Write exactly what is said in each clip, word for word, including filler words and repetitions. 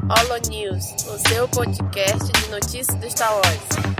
Holo News, o seu podcast de notícias do Star Wars.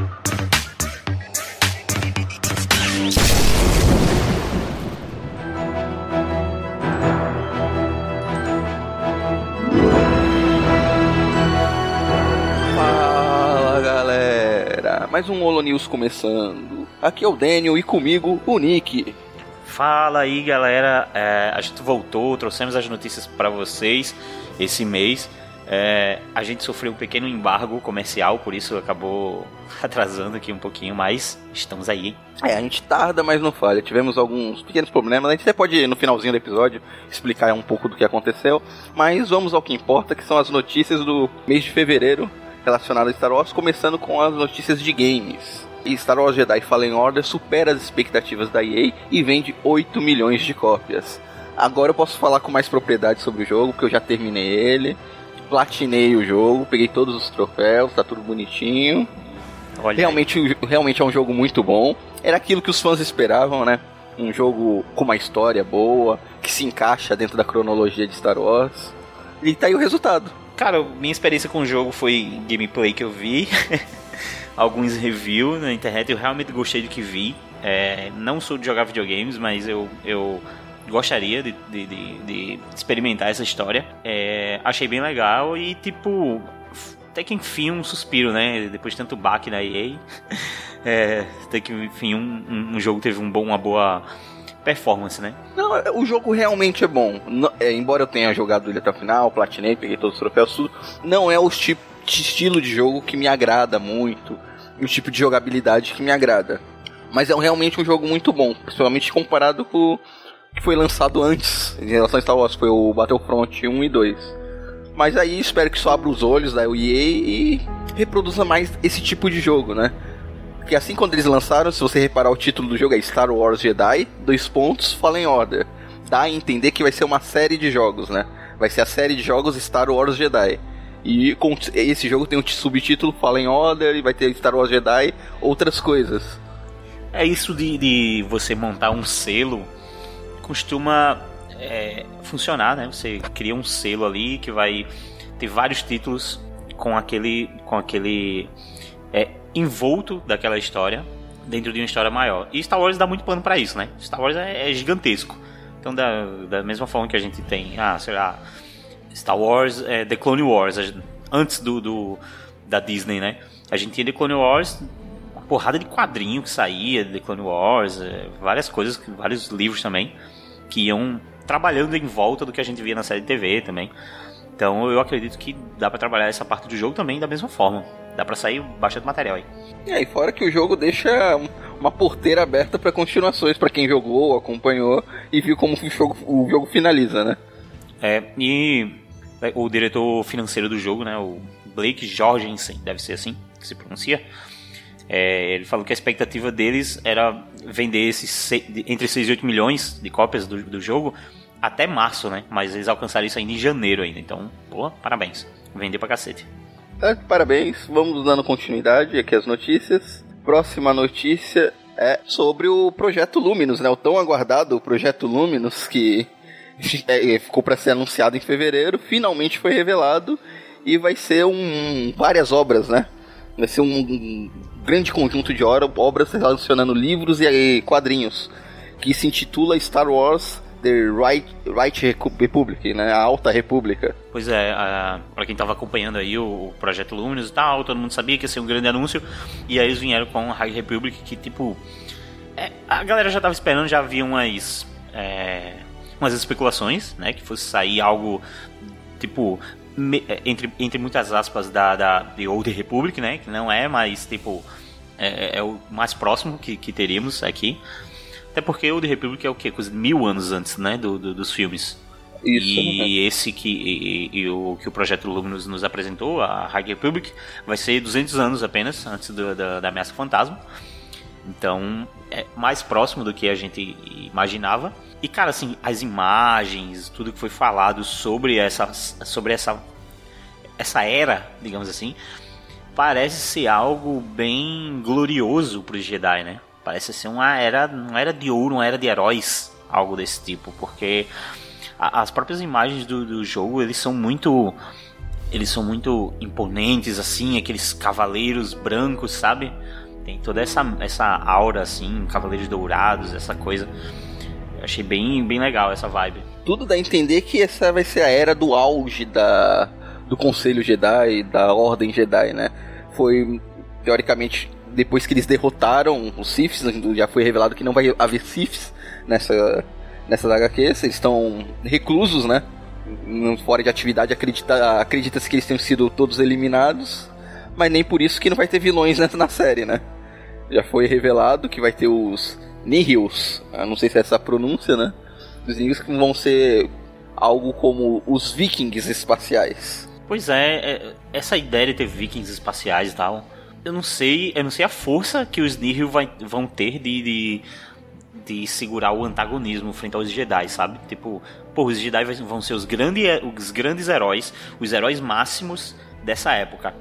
Fala galera, mais um Holo News começando. Aqui é o Daniel e comigo o Nick. Fala aí galera, é, a gente voltou, trouxemos as notícias para vocês esse mês. É, a gente sofreu um pequeno embargo comercial, por isso acabou atrasando aqui um pouquinho, mas estamos aí, hein? É, a gente tarda, mas não falha. Tivemos alguns pequenos problemas. A gente até pode, no finalzinho do episódio, explicar um pouco do que aconteceu. Mas vamos ao que importa, que são as notícias do mês de fevereiro relacionadas a Star Wars, começando com as notícias de games. E Star Wars Jedi Fallen Order supera as expectativas da E A e vende oito milhões de cópias. Agora eu posso falar com mais propriedade sobre o jogo, porque eu já terminei ele. Platinei o jogo, peguei todos os troféus, tá tudo bonitinho. Olha realmente, realmente é um jogo muito bom. Era aquilo que os fãs esperavam, né? Um jogo com uma história boa, que se encaixa dentro da cronologia de Star Wars. E tá aí o resultado. Cara, minha experiência com o jogo foi gameplay que eu vi, alguns reviews na internet, eu realmente gostei do que vi. É, não sou de jogar videogames, mas eu... eu gostaria de, de, de, de experimentar essa história. É, achei bem legal e, tipo, até que enfim um suspiro, né? Depois de tanto baque na E A, é, até que enfim um, um, um jogo teve um bom, uma boa performance, né? Não, o jogo realmente é bom. Não, é, embora eu tenha jogado ele até o final, platinei, peguei todos os troféus, tudo, não é o tipo de estilo de jogo que me agrada muito, o tipo de jogabilidade que me agrada. Mas é realmente um jogo muito bom, principalmente comparado com que foi lançado antes em relação a Star Wars, foi o Battlefront um e dois. Mas aí espero que isso abra os olhos da E A e reproduza mais esse tipo de jogo, né? Porque assim quando eles lançaram, se você reparar, o título do jogo é Star Wars Jedi, dois pontos, Fallen Order. Dá a entender que vai ser uma série de jogos, né? Vai ser a série de jogos Star Wars Jedi. E com esse jogo tem o subtítulo Fallen Order e vai ter Star Wars Jedi, outras coisas. É isso de, de você montar um selo costuma é, funcionar, né? Você cria um selo ali que vai ter vários títulos com aquele, com aquele é, envolto daquela história dentro de uma história maior. E Star Wars dá muito pano pra isso, né? Star Wars é, é gigantesco. Então, da, da mesma forma que a gente tem, ah, sei lá, Star Wars, é, The Clone Wars, antes do, do da Disney, né? A gente tinha The Clone Wars, uma porrada de quadrinho que saía de The Clone Wars, é, várias coisas, vários livros também, que iam trabalhando em volta do que a gente via na série de T V também. Então eu acredito que dá pra trabalhar essa parte do jogo também da mesma forma. Dá pra sair bastante material aí. E aí, fora que o jogo deixa uma porteira aberta pra continuações, pra quem jogou, acompanhou e viu como o jogo, o jogo finaliza, né? É, e o diretor financeiro do jogo, né, o Blake Jorgensen, deve ser assim que se pronuncia, é, ele falou que a expectativa deles era vender esses seis, entre seis e oito milhões de cópias do, do jogo até março, né? Mas eles alcançaram isso ainda em janeiro ainda. Então, pô, parabéns. Vender pra cacete. É, parabéns. Vamos dando continuidade aqui às notícias. Próxima notícia é sobre o Projeto Luminous, né? O tão aguardado Projeto Luminous, que é, ficou para ser anunciado em fevereiro, finalmente foi revelado e vai ser um várias obras, né? Vai ser um, um grande conjunto de obras relacionando livros e quadrinhos, que se intitula Star Wars The Right, Right Republic, né? A Alta República. Pois é, a, pra quem tava acompanhando aí o, o Projeto Luminous e tal, todo mundo sabia que ia ser um grande anúncio, e aí eles vieram com a High Republic, que tipo... É, a galera já tava esperando, já havia umas... É, umas especulações, né? Que fosse sair algo, tipo... Me, entre, entre muitas aspas da, da The Old Republic, né? Que não é, mas tipo é, é o mais próximo que, que teríamos aqui. Até porque o Old Republic é o quê? Coisa de mil anos antes, né? Do, do, dos filmes. Isso, e né? esse que, e, e o que o Projeto Luminous nos apresentou, a High Republic, vai ser duzentos anos apenas antes do, da, da Ameaça Fantasma. Então é mais próximo do que a gente imaginava. E cara, assim, as imagens, tudo que foi falado sobre essa, sobre essa, essa era, digamos assim, parece ser algo bem glorioso para os Jedi, né? Parece ser uma era, uma era de ouro, uma era de heróis, algo desse tipo, porque a, as próprias imagens do, do jogo, eles são muito eles são muito imponentes, assim, aqueles cavaleiros brancos, sabe? Tem toda essa, essa aura, assim, cavaleiros dourados, essa coisa. Eu achei bem, bem legal essa vibe. Tudo dá a entender que essa vai ser a era do auge da, do Conselho Jedi, da Ordem Jedi, né? Foi, teoricamente, depois que eles derrotaram os Siths, já foi revelado que não vai haver Siths nessa, nessas agá quês, eles estão reclusos, né? Fora de atividade, acredita, acredita-se que eles tenham sido todos eliminados, mas nem por isso que não vai ter vilões nessa, na série, né? Já foi revelado que vai ter os Nihils, não sei se é essa a pronúncia, né? Os Nihils que vão ser algo como os Vikings espaciais. Pois é, é, essa ideia de ter Vikings espaciais e tal, eu não sei, eu não sei a força que os Nihil vai, vão ter de, de, de segurar o antagonismo frente aos Jedi, sabe? Tipo, pô, os Jedi vão ser os, grande, os grandes heróis, os heróis máximos dessa época.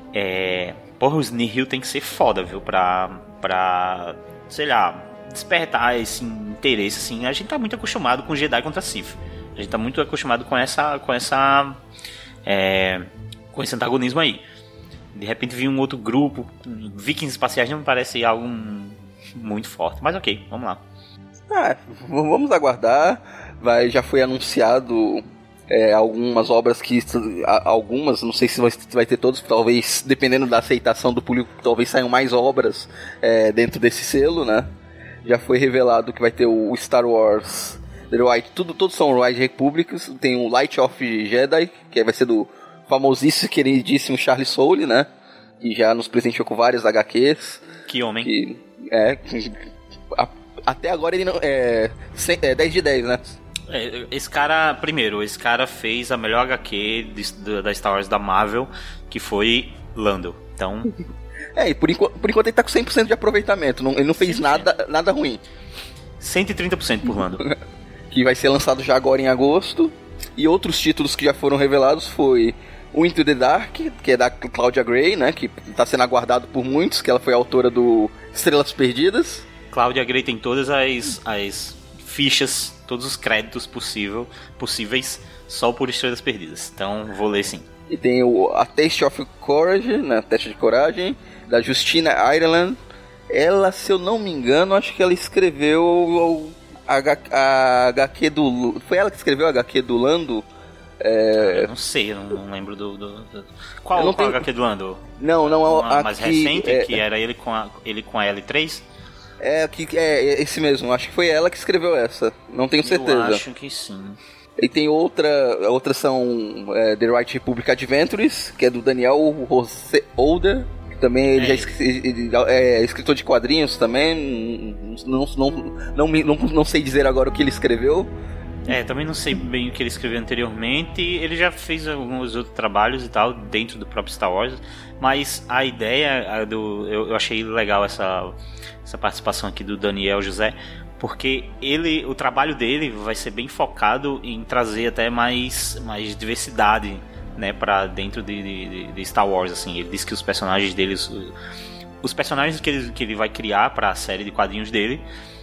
É, porra, os Nihil tem que ser foda, viu? Pra, pra, sei lá, despertar esse interesse, assim. A gente tá muito acostumado com Jedi contra Sith. A gente tá muito acostumado com essa, com essa, é, com esse antagonismo aí. De repente vir um outro grupo, Vikings espaciais, não me parece algo muito forte. Mas ok, vamos lá. Ah, vamos aguardar. Vai, já foi anunciado é, algumas obras que... Algumas, não sei se vai, vai ter todos, talvez, dependendo da aceitação do público, talvez saiam mais obras é, dentro desse selo, né? Já foi revelado que vai ter o Star Wars The White, tudo, todos são White Republics. Tem o Light of Jedi, que vai ser do famosíssimo, queridíssimo Charlie Soule, né? Que já nos presenteou com vários agá quês. Que homem. Que, é, a, até agora ele não... É, é dez de dez, né? Esse cara, primeiro, esse cara fez a melhor agá quê de, da Star Wars da Marvel, que foi Lando. Então... É, e por enquanto, por enquanto ele tá com cem por cento de aproveitamento. Não, ele não fez nada, nada ruim. cento e trinta por cento por Lando. Que vai ser lançado já agora em agosto. E outros títulos que já foram revelados foi o Into the Dark, que é da Claudia Gray, né? Que tá sendo aguardado por muitos, que ela foi autora do Estrelas Perdidas. Claudia Gray tem todas as, as fichas, todos os créditos possível, possíveis só por Estrelas Perdidas. Então vou ler sim. E tem o A Taste of Courage, né? Teste de Coragem, da Justina Ireland. Ela, se eu não me engano, acho que ela escreveu a, a agá quê do... Foi ela que escreveu a agá quê do Lando? É... Eu não sei, eu não, não lembro do... do, do... Qual, qual tenho... agá quê do Lando? Não, não... Uma a mais que, recente, é... que era ele com a, ele com a L três? É, que, é, esse mesmo. Acho que foi ela que escreveu essa. Não tenho certeza. Eu acho que sim. E tem outra... Outras são é, The Right Republic Adventures, que é do Daniel José Older. Também ele é. já é, ele é escritor de quadrinhos também. Não, não, não, não, não sei dizer agora o que ele escreveu. É, também não sei bem o que ele escreveu anteriormente. Ele já fez alguns outros trabalhos e tal dentro do próprio Star Wars. Mas a ideia a do, eu, eu achei legal essa, essa participação aqui do Daniel José, porque ele, o trabalho dele vai ser bem focado em trazer até mais, mais diversidade, né, para dentro de, de, de Star Wars, assim. Ele diz que os personagens dele, os, os personagens que ele, que ele vai criar para a série de quadrinhos dele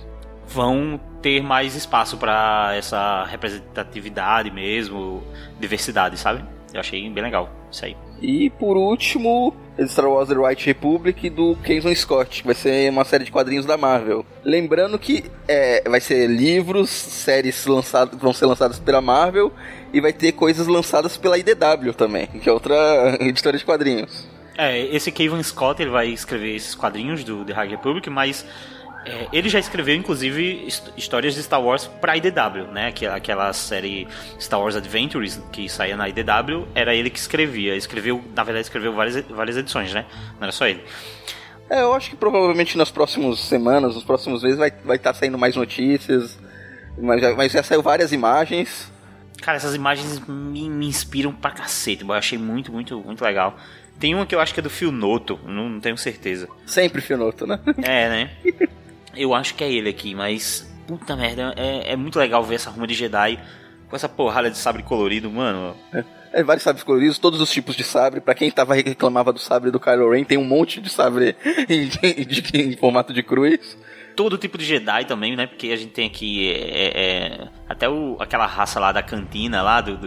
vão ter mais espaço para essa representatividade mesmo, diversidade, sabe? Eu achei bem legal isso aí. E por último, Star Wars The Right Republic do Kenton Scott, que vai ser uma série de quadrinhos da Marvel. Lembrando que é, vai ser livros, séries lançadas, vão ser lançadas pela Marvel, e vai ter coisas lançadas pela I D W também, que é outra editora de quadrinhos. É, esse Kevin Scott, ele vai escrever esses quadrinhos do The High Republic, mas é, ele já escreveu, inclusive, histórias de Star Wars pra I D W, né? Aquela, aquela série Star Wars Adventures que saía na I D W, era ele que escrevia. Escreveu, na verdade, escreveu várias, várias edições, né? Não era só ele. É, eu acho que provavelmente nas próximas semanas, nos próximos meses, vai estar vai tá saindo mais notícias, mas já, mas já saiu várias imagens. Cara, essas imagens me, me inspiram pra cacete, eu achei muito, muito, muito legal. Tem uma que eu acho que é do Phil Noto, não, não tenho certeza. Sempre Phil Noto, né? É, né? Eu acho que é ele aqui, mas puta merda, é, é muito legal ver essa arma de Jedi com essa porrada de sabre colorido, mano. É, é vários sabres coloridos, todos os tipos de sabre. Pra quem tava reclamava do sabre do Kylo Ren, tem um monte de sabre em, de, em formato de cruz. Todo tipo de Jedi também, né? Porque a gente tem aqui é, é, até o, aquela raça lá da cantina lá do, do,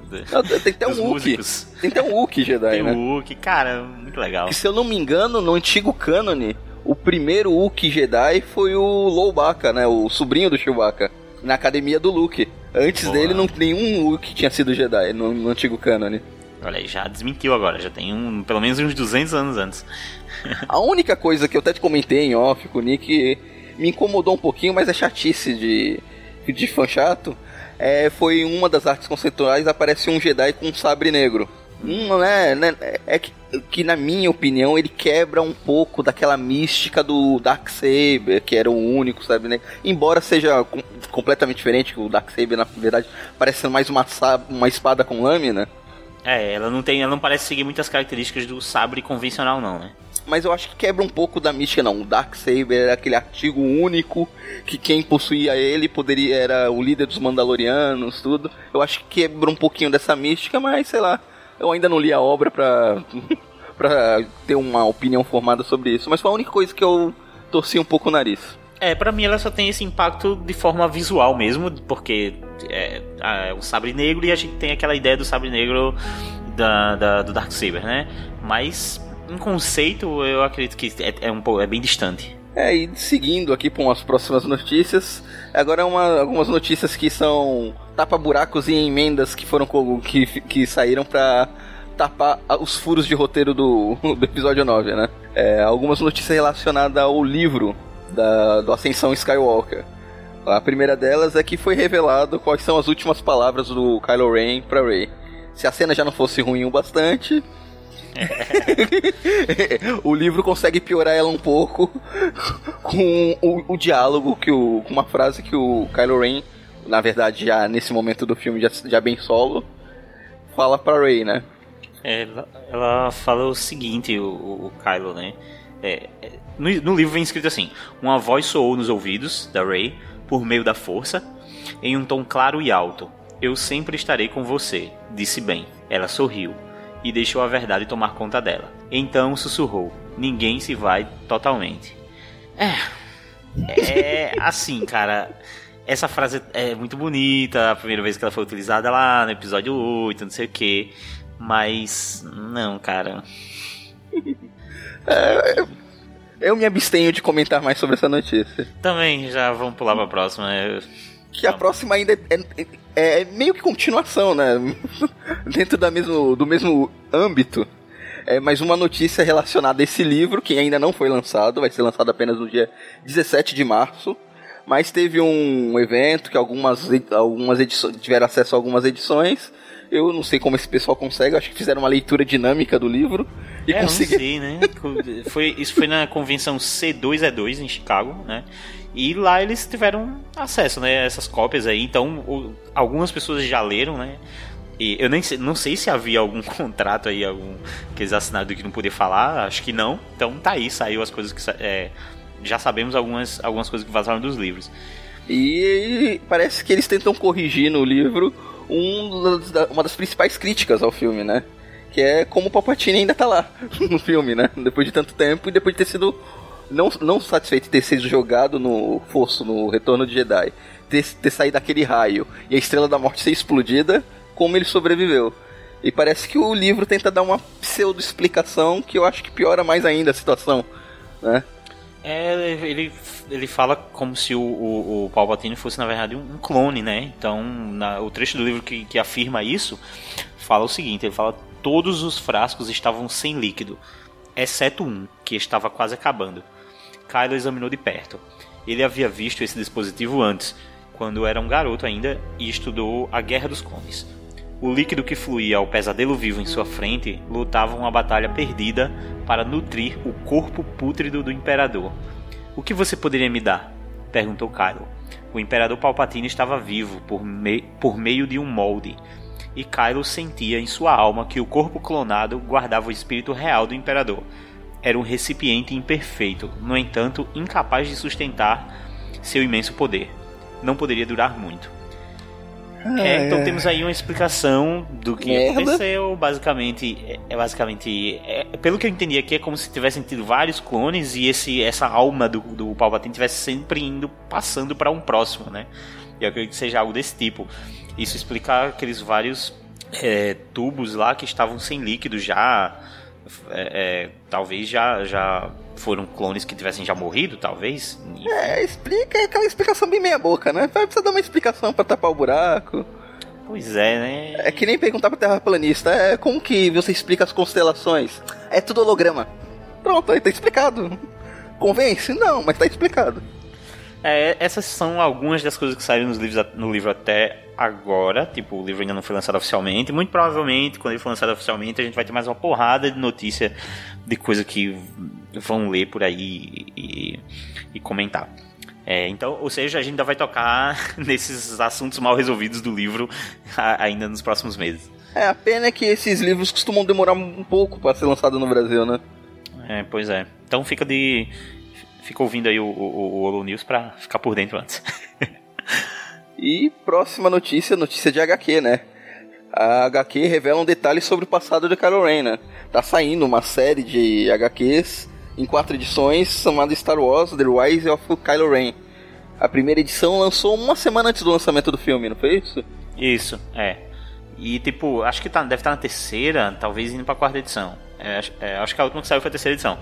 Não, tem até um Wookiee. Tem até um Wookiee Jedi, tem né? Tem um Wookiee, cara, muito legal. Que, se eu não me engano, no antigo cânone, o primeiro Wookiee Jedi foi o Lowbacca, né? O sobrinho do Chewbacca. Na academia do Luke. Antes Boa. dele, não, nenhum Wookiee tinha sido Jedi no, no antigo cânone. Olha aí, já desmentiu agora. Já tem um, pelo menos uns duzentos anos antes. A única coisa que eu até te comentei em off com o Nick, me incomodou um pouquinho, mas é chatice de, de fã chato, é, foi uma das artes conceituais, aparece um Jedi com um sabre negro. Hum, né, né, é que, que, na minha opinião, ele quebra um pouco daquela mística do Darksaber, que era o único sabre negro. Embora seja com, completamente diferente, que o Darksaber, na verdade, parece mais uma, uma espada com lâmina. É, ela não tem, ela não parece seguir muitas características do sabre convencional, não, né? Mas eu acho que quebra um pouco da mística, não. O Darksaber era aquele artigo único, que quem possuía ele poderia era o líder dos Mandalorianos, tudo. Eu acho que quebra um pouquinho dessa mística, mas sei lá, eu ainda não li a obra pra, pra ter uma opinião formada sobre isso. Mas foi a única coisa que eu torci um pouco o nariz. É, pra mim ela só tem esse impacto de forma visual mesmo, porque é, é o sabre negro e a gente tem aquela ideia do sabre negro da, da, do Darksaber, né? Mas em conceito eu acredito que é, é, um, é bem distante. É, e seguindo aqui para umas próximas notícias, agora uma, algumas notícias que são tapa-buracos e emendas que foram que, que saíram pra tapar os furos de roteiro do, do episódio nove, né? É, algumas notícias relacionadas ao livro Da, do Ascensão Skywalker. A primeira delas é que foi revelado quais são as últimas palavras do Kylo Ren pra Rey. Se a cena já não fosse ruim o bastante, o livro consegue piorar ela um pouco com o, o diálogo, que o, com uma frase que o Kylo Ren, na verdade já nesse momento do filme, já, já bem solo, fala pra Rey, né? Ela, ela fala o seguinte, o, o Kylo, né? É, no, no livro vem escrito assim: uma voz soou nos ouvidos da Rey por meio da força, em um tom claro e alto. Eu sempre estarei com você, disse Ben. Ela sorriu e deixou a verdade tomar conta dela. Então sussurrou: ninguém se vai totalmente. É, é assim, cara. Essa frase é muito bonita, a primeira vez que ela foi utilizada lá no episódio oito, não sei o que. Mas não, cara. É, eu me abstenho de comentar mais sobre essa notícia. Também, já vamos pular pra próxima. Eu... Que a próxima ainda é, é, é meio que continuação, né? Dentro da mesmo, do mesmo âmbito. É mais uma notícia relacionada a esse livro, que ainda não foi lançado, vai ser lançado apenas no dia dezessete de março. Mas teve um evento que algumas, algumas edições, tiveram acesso a algumas edições. Eu não sei como esse pessoal consegue, acho que fizeram uma leitura dinâmica do livro e é, conseguiram. Não sei, né? Foi, isso foi na convenção C dois E dois em Chicago, né? E lá eles tiveram acesso, né, a essas cópias aí. Então, o, algumas pessoas já leram, né? E eu nem sei, não sei se havia algum contrato aí, algum que eles assinaram do que não podia falar. Acho que não. Então tá aí, saiu as coisas que é, já sabemos algumas, algumas coisas que vazaram dos livros. E parece que eles tentam corrigir no livro Um, uma das principais críticas ao filme, né? Que é como o Palpatine ainda tá lá no filme, né? Depois de tanto tempo e depois de ter sido não, não satisfeito de ter sido jogado no fosso, no Retorno de Jedi, ter, ter saído daquele raio e a Estrela da Morte ser explodida, como ele sobreviveu. E parece que o livro tenta dar uma pseudo-explicação que eu acho que piora mais ainda a situação, né? É, ele, ele fala como se o, o, o Palpatine fosse, na verdade, um clone, né? Então, na, o trecho do livro que, que afirma isso fala o seguinte: ele fala: todos os frascos estavam sem líquido, exceto um, que estava quase acabando. Kylo examinou de perto. Ele havia visto esse dispositivo antes, quando era um garoto ainda, e estudou a Guerra dos Clones. O líquido que fluía ao pesadelo vivo em sua frente lutava uma batalha perdida para nutrir o corpo pútrido do Imperador. O que você poderia me dar? Perguntou Kylo. O Imperador Palpatine estava vivo por, me... por meio de um molde, e Kylo sentia em sua alma que o corpo clonado guardava o espírito real do Imperador. Era um recipiente imperfeito, no entanto incapaz de sustentar seu imenso poder. Não poderia durar muito. Ah, é, então é. temos aí uma explicação do que Merda. aconteceu. Basicamente, é, é basicamente é, pelo que eu entendi aqui, é como se tivessem tido vários clones e esse, essa alma do, do Palpatine tivesse sempre indo, passando para um próximo, né? E eu acredito que seja algo desse tipo. Isso explica aqueles vários é, tubos lá que estavam sem líquido já. É, é, talvez já, já foram clones que tivessem já morrido, talvez. É, explica, é aquela explicação bem meia boca, né? Vai precisar dar uma explicação pra tapar o buraco. Pois é, né? É que nem perguntar pro terraplanista, é, como que você explica as constelações? É tudo holograma. Pronto, aí tá explicado. Convence? Não, mas tá explicado. É, essas são algumas das coisas que saíram nos livros, no livro até agora. Tipo, o livro ainda não foi lançado oficialmente. Muito provavelmente, quando ele for lançado oficialmente, a gente vai ter mais uma porrada de notícia de coisa que vão ler por aí e, e comentar. É, então, ou seja, a gente ainda vai tocar nesses assuntos mal resolvidos do livro ainda nos próximos meses. É, a pena é que esses livros costumam demorar um pouco para ser lançado no Brasil, né? É, pois é. Então fica de... Fica ouvindo aí o, o, o Holo News pra ficar por dentro antes. E próxima notícia, notícia de H Q, né? A H Q revela um detalhe sobre o passado de Kylo Ren, né? Tá saindo uma série de H Qs em quatro edições chamada Star Wars The Rise of Kylo Ren. A primeira edição lançou uma semana antes do lançamento do filme, não foi isso? Isso, é. E tipo, acho que tá, deve estar na terceira, talvez indo pra quarta edição. É, é, acho que a última que saiu foi a terceira edição.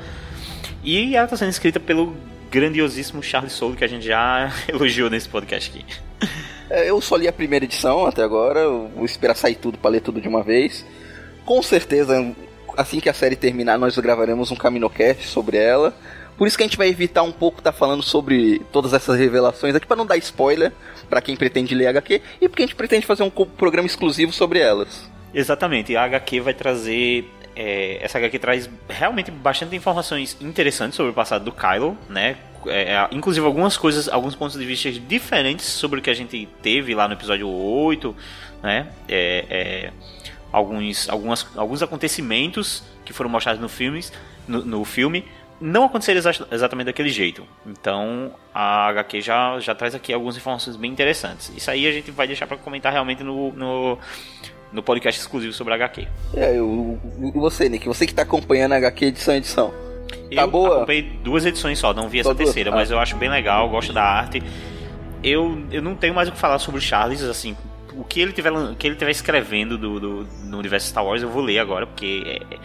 E ela está sendo escrita pelo grandiosíssimo Charles Soule, que a gente já elogiou nesse podcast aqui. É, eu só li a primeira edição até agora, eu vou esperar sair tudo para ler tudo de uma vez. Com certeza, assim que a série terminar, nós gravaremos um Caminocast sobre ela. Por isso que a gente vai evitar um pouco estar tá falando sobre todas essas revelações aqui, para não dar spoiler para quem pretende ler H Q, e porque a gente pretende fazer um programa exclusivo sobre elas. Exatamente, a H Q vai trazer... É, essa H Q traz realmente bastante informações interessantes sobre o passado do Kylo, né? É, inclusive algumas coisas, alguns pontos de vista diferentes sobre o que a gente teve lá no episódio oito, né? É, é, alguns, algumas, alguns acontecimentos que foram mostrados no, filmes, no, no filme não aconteceram exa- exatamente daquele jeito. Então a H Q já, já traz aqui algumas informações bem interessantes. Isso aí a gente vai deixar para comentar realmente no... no no podcast exclusivo sobre a H Q. É, eu, você, Nick, você que tá acompanhando a H Q edição a edição. Tá eu boa? acompanhei duas edições só, não vi essa só terceira, duas? mas ah. eu acho bem legal, gosto da arte. Eu, eu não tenho mais o que falar sobre o Charles, assim, o que ele tiver, o que ele tiver escrevendo do, do, no universo Star Wars eu vou ler agora, porque é,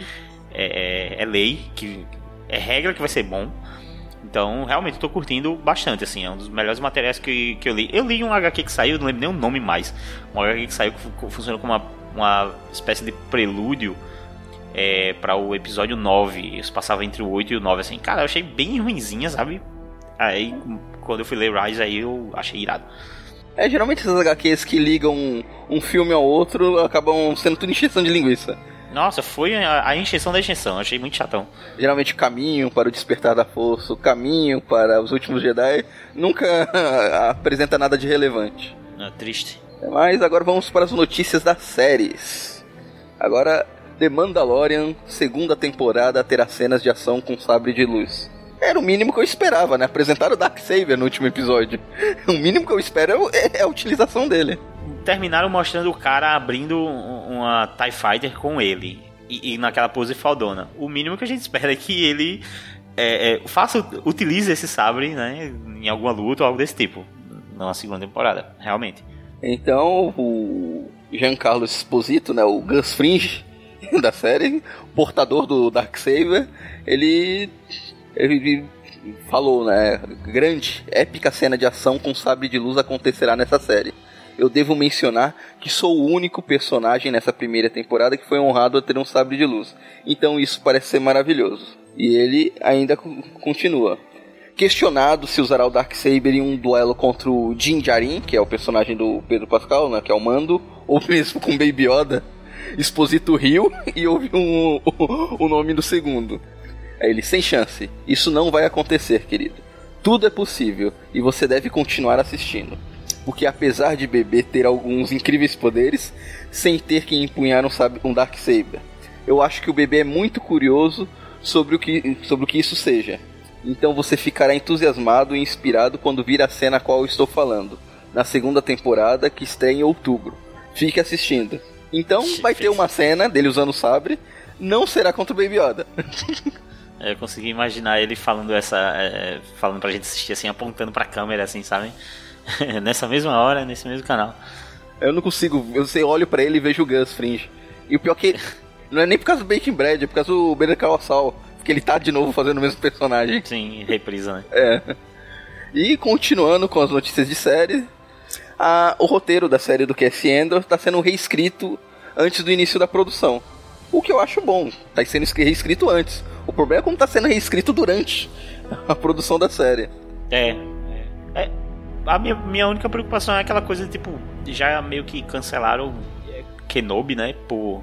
é, é, é lei, que, é regra que vai ser bom. Então, realmente, eu tô curtindo bastante, assim, é um dos melhores materiais que, que eu li. Eu li um H Q que saiu, não lembro nem o nome mais, um H Q que saiu que funciona como uma, uma espécie de prelúdio é, para o episódio nove, isso passava entre o oito e o nove, assim, cara, eu achei bem ruinzinha, sabe? Aí, quando eu fui ler Rise, aí eu achei irado. É, geralmente essas H Qs que ligam um, um filme ao outro acabam sendo tudo encheção de linguiça. Nossa, foi a, a encheção da encheção, eu achei muito chatão. Geralmente o caminho para o despertar da força, o caminho para os últimos Jedi, nunca apresenta nada de relevante. É triste. Mas agora vamos para as notícias das séries. Agora, The Mandalorian, segunda temporada, terá cenas de ação com sabre de luz. Era o mínimo que eu esperava, né? Apresentaram o Darksaber no último episódio. O mínimo que eu espero é a utilização dele. Terminaram mostrando o cara abrindo uma TIE Fighter com ele. E, e naquela pose faldona. O mínimo que a gente espera é que ele é, é, faça, utilize esse sabre, né, em alguma luta ou algo desse tipo. Na segunda temporada, realmente. Então, o Giancarlo Esposito, né, o Gus Fring da série, portador do Darksaber, ele... Ele falou, né? Grande, épica cena de ação com sabre de luz acontecerá nessa série. Eu devo mencionar que sou o único personagem nessa primeira temporada que foi honrado a ter um sabre de luz. Então isso parece ser maravilhoso. E ele ainda continua. Questionado se usará o Darksaber em um duelo contra o Din Djarin, que é o personagem do Pedro Pascal, né? Que é o Mando, ou mesmo com Baby Yoda, Esposito riu e ouviu um, o, o nome do segundo. Aí ele, sem chance, isso não vai acontecer, querido. Tudo é possível e você deve continuar assistindo. Porque apesar de Bebê ter alguns incríveis poderes, sem ter que empunhar um, um Darksaber, eu acho que o Bebê é muito curioso sobre o, que, sobre o que isso seja. Então você ficará entusiasmado e inspirado quando vir a cena a qual eu estou falando, na segunda temporada que estreia em outubro. Fique assistindo. Então vai ter uma cena dele usando o sabre, não será contra o Baby Yoda. Eu consegui imaginar ele falando essa, é, falando pra gente assistir assim, apontando pra câmera, assim, sabe? Nessa mesma hora, nesse mesmo canal. Eu não consigo, eu sei, olho pra ele e vejo o Gus Fring. E o pior que não é nem por causa do Breaking Bad, é por causa do Better Call Saul, porque ele tá de novo fazendo o mesmo personagem. Sim, reprisa, né? É. E continuando com as notícias de série, a, o roteiro da série do Cassian Andor tá sendo reescrito antes do início da produção. O que eu acho bom, tá sendo reescrito antes. O problema é como tá sendo reescrito durante a produção da série. É, é, é a minha, minha única preocupação é aquela coisa de, tipo, já meio que cancelaram Kenobi, né, por...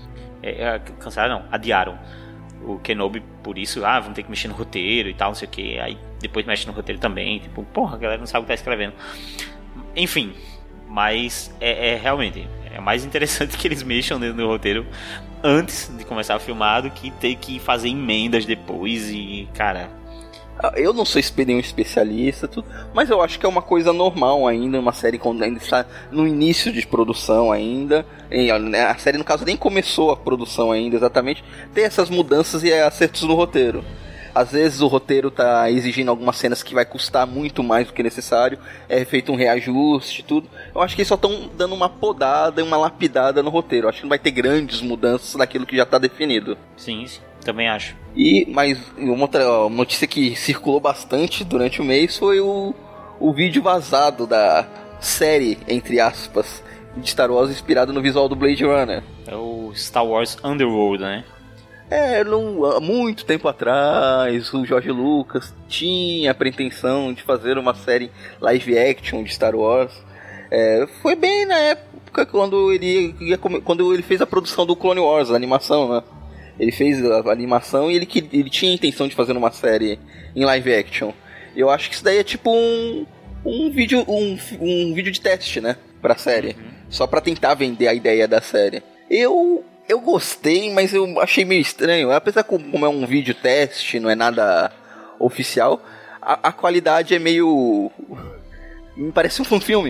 É, é, cancelaram, não, adiaram o Kenobi por isso, ah, vamos ter que mexer no roteiro e tal, não sei o que, aí depois mexe no roteiro também, tipo, porra, a galera não sabe o que tá escrevendo. Enfim, mas é, é realmente, é mais interessante que eles mexam no, no roteiro antes de começar a filmar do que ter que fazer emendas depois e, cara... Eu não sou nenhum especialista, tudo, mas eu acho que é uma coisa normal ainda, uma série quando ainda está no início de produção ainda, a série no caso nem começou a produção ainda exatamente, tem essas mudanças e acertos no roteiro. Às vezes o roteiro está exigindo algumas cenas que vai custar muito mais do que necessário, é feito um reajuste e tudo. Eu acho que eles só estão dando uma podada e uma lapidada no roteiro, eu acho que não vai ter grandes mudanças naquilo que já está definido. Sim, sim. Também acho. E, mas uma outra notícia que circulou bastante durante o mês foi o, o vídeo vazado da série, entre aspas, de Star Wars inspirado no visual do Blade Runner. É o Star Wars Underworld, né? É, não, há muito tempo atrás o George Lucas tinha a pretensão de fazer uma série live action de Star Wars. É, foi bem na época quando ele, ia, quando ele fez a produção do Clone Wars, a animação, né? Ele fez a animação e ele, ele tinha a intenção de fazer uma série em live action. Eu acho que isso daí é tipo um, um, vídeo, um, um vídeo de teste, né? Pra série. Uhum. Só pra tentar vender a ideia da série. Eu, eu gostei, mas eu achei meio estranho. Apesar de como é um vídeo teste, não é nada oficial, a, a qualidade é meio... me parece um filme.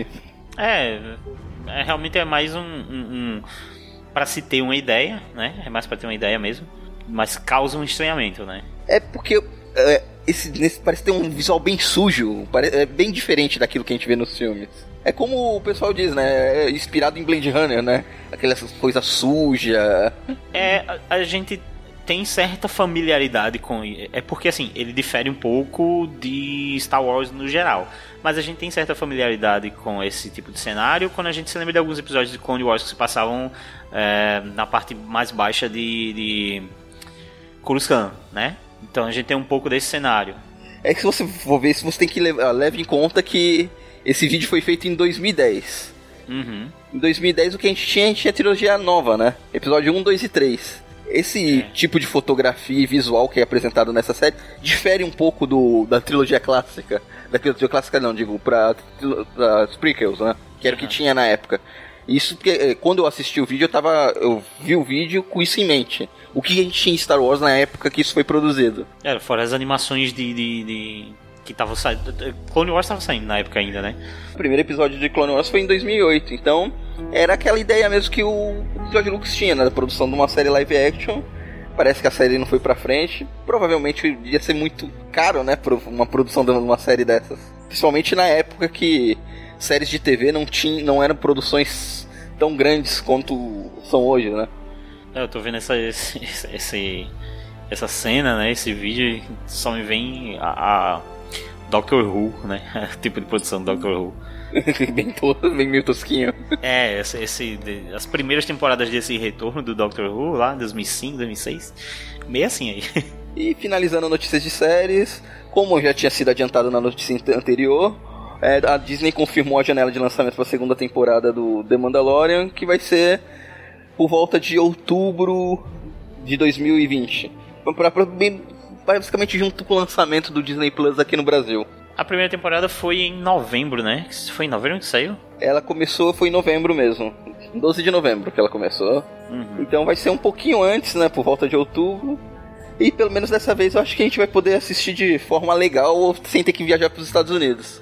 É, é realmente é mais um... um, um... para se ter uma ideia, né? É mais para ter uma ideia mesmo. Mas causa um estranhamento, né? É porque é, esse, esse parece ter um visual bem sujo. É bem diferente daquilo que a gente vê nos filmes. É como o pessoal diz, né? É inspirado em Blade Runner, né? Aquelas coisas sujas. É, a, a gente tem certa familiaridade com... É porque, assim, ele difere um pouco de Star Wars no geral. Mas a gente tem certa familiaridade com esse tipo de cenário quando a gente se lembra de alguns episódios de Clone Wars que se passavam é, na parte mais baixa de, de Coruscant, né? Então a gente tem um pouco desse cenário. É que se você for ver, você tem que levar, leve em conta que esse vídeo foi feito em dois mil e dez. Uhum. Em dois mil e dez o que a gente tinha, a gente tinha a trilogia nova, né? Episódio um, dois e três. Esse é. tipo de fotografia e visual que é apresentado nessa série difere um pouco do, da trilogia clássica. Da trilogia clássica não, digo, pra, pra prequels, né? Que era uhum. o que tinha na época. Isso porque quando eu assisti o vídeo, eu tava. Eu vi o vídeo com isso em mente. O que a gente tinha em Star Wars na época que isso foi produzido. É, fora as animações de. de, de... que estavam saindo. Clone Wars estava saindo na época ainda, né? O primeiro episódio de Clone Wars foi em dois mil e oito, então era aquela ideia mesmo que o George Lucas tinha, né? Da produção de uma série live action. Parece que a série não foi pra frente. Provavelmente ia ser muito caro, né? Uma produção de uma série dessas. Principalmente na época que séries de T V não, tinham, não eram produções tão grandes quanto são hoje, né? Eu tô vendo essa, esse, esse, essa cena, né? Esse vídeo, só me vem a... a Doctor Who, né? Tipo de produção do Doctor Who. bem, todo, bem meio tosquinho. É, esse, esse, as primeiras temporadas desse retorno do Doctor Who, lá, dois mil e cinco, dois mil e seis, meio assim aí. E finalizando notícias de séries, como já tinha sido adiantado na notícia anterior, é, a Disney confirmou a janela de lançamento para a segunda temporada do The Mandalorian, que vai ser por volta de outubro de dois mil e vinte. Pra, pra, bem, basicamente junto com o lançamento do Disney Plus aqui no Brasil. A primeira temporada foi em novembro, né? Foi em novembro que saiu? Ela começou, foi em novembro mesmo. doze de novembro que ela começou. Uhum. Então vai ser um pouquinho antes, né? Por volta de outubro. E pelo menos dessa vez eu acho que a gente vai poder assistir de forma legal sem ter que viajar para os Estados Unidos.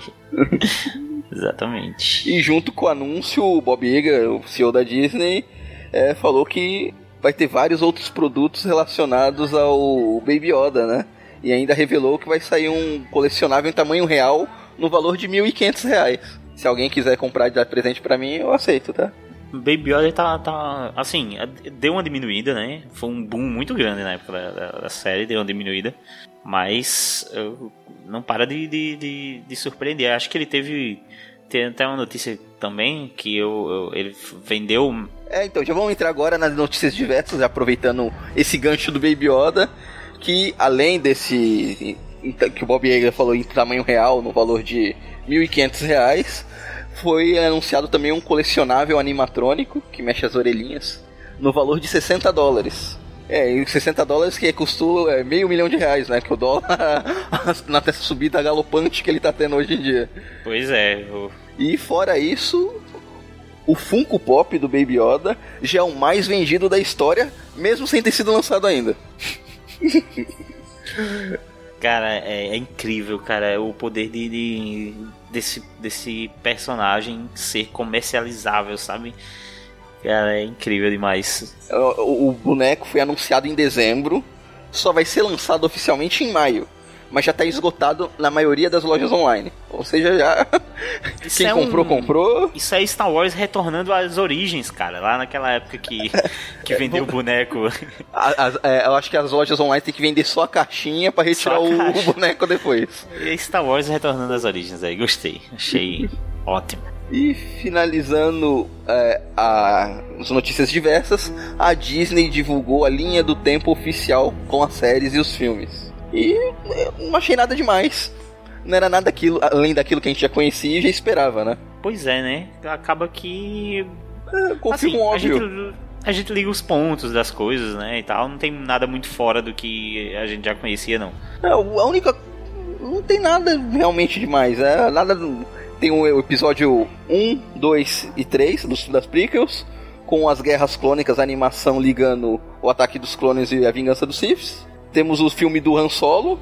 Exatamente. E junto com o anúncio, o Bob Iger, o C E O da Disney, é, falou que vai ter vários outros produtos relacionados ao Baby Yoda, né? E ainda revelou que vai sair um colecionável em tamanho real no valor de mil e quinhentos reais. Se alguém quiser comprar e dar presente pra mim, eu aceito, tá? Baby Yoda tá, tá, assim, deu uma diminuída, né? Foi um boom muito grande na época da, da, da série, deu uma diminuída. Mas eu, não para de, de, de, de surpreender. Acho que ele teve... Tem até uma notícia também que eu, eu, ele vendeu... É, então, já vamos entrar agora nas notícias diversas, aproveitando esse gancho do Baby Yoda, que além desse... que o Bob Iger falou em tamanho real, no valor de mil e quinhentos reais... Foi anunciado também um colecionável animatrônico, que mexe as orelhinhas, no valor de sessenta dólares. É, e sessenta dólares que custou é, meio milhão de reais, né? Que o dólar, na dessa subida galopante que ele tá tendo hoje em dia. Pois é. Eu... E fora isso, o Funko Pop do Baby Yoda já é o mais vendido da história, mesmo sem ter sido lançado ainda. Cara, é, é incrível, cara, o poder de, de, desse, desse personagem ser comercializável, sabe? Cara, é incrível demais. O, o boneco foi anunciado em dezembro, só vai ser lançado oficialmente em maio, mas já está esgotado na maioria das lojas online. Ou seja, já isso quem é comprou, um... comprou. Isso é Star Wars retornando às origens, cara. Lá naquela época que, que vendeu o boneco. A, a, é, eu acho que as lojas online tem que vender só a caixinha para retirar o, o boneco depois. E Star Wars retornando às origens aí. Gostei. Achei ótimo. E finalizando é, a, as notícias diversas, a Disney divulgou a linha do tempo oficial com as séries e os filmes. E não achei nada demais. Não era nada aquilo, além daquilo que a gente já conhecia e já esperava, né? Pois é, né? Acaba que... É, confirmo assim, óbvio. A gente, a gente liga os pontos das coisas, né? E tal. Não tem nada muito fora do que a gente já conhecia, não. É, a única... Não tem nada realmente demais. É, nada... Tem o episódio um, dois e três dos, das prequels, com as guerras clônicas, a animação ligando o ataque dos clones e a vingança dos Siths. Temos o filme do Han Solo,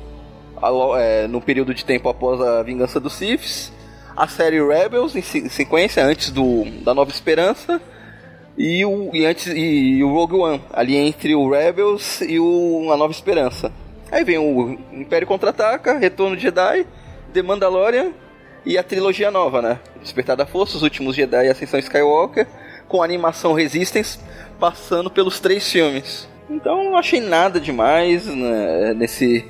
a, é, no período de tempo após a vingança dos Siths. A série Rebels, em sequência, antes do, da Nova Esperança. E o, e antes, e, e o Rogue One, ali entre o Rebels e o, a Nova Esperança. Aí vem o Império Contra-Ataca, Retorno de Jedi, The Mandalorian e a trilogia nova, né? Despertar da Força, Os Últimos Jedi e Ascensão Skywalker, com a animação Resistance passando pelos três filmes. Então não achei nada demais, né, nesse,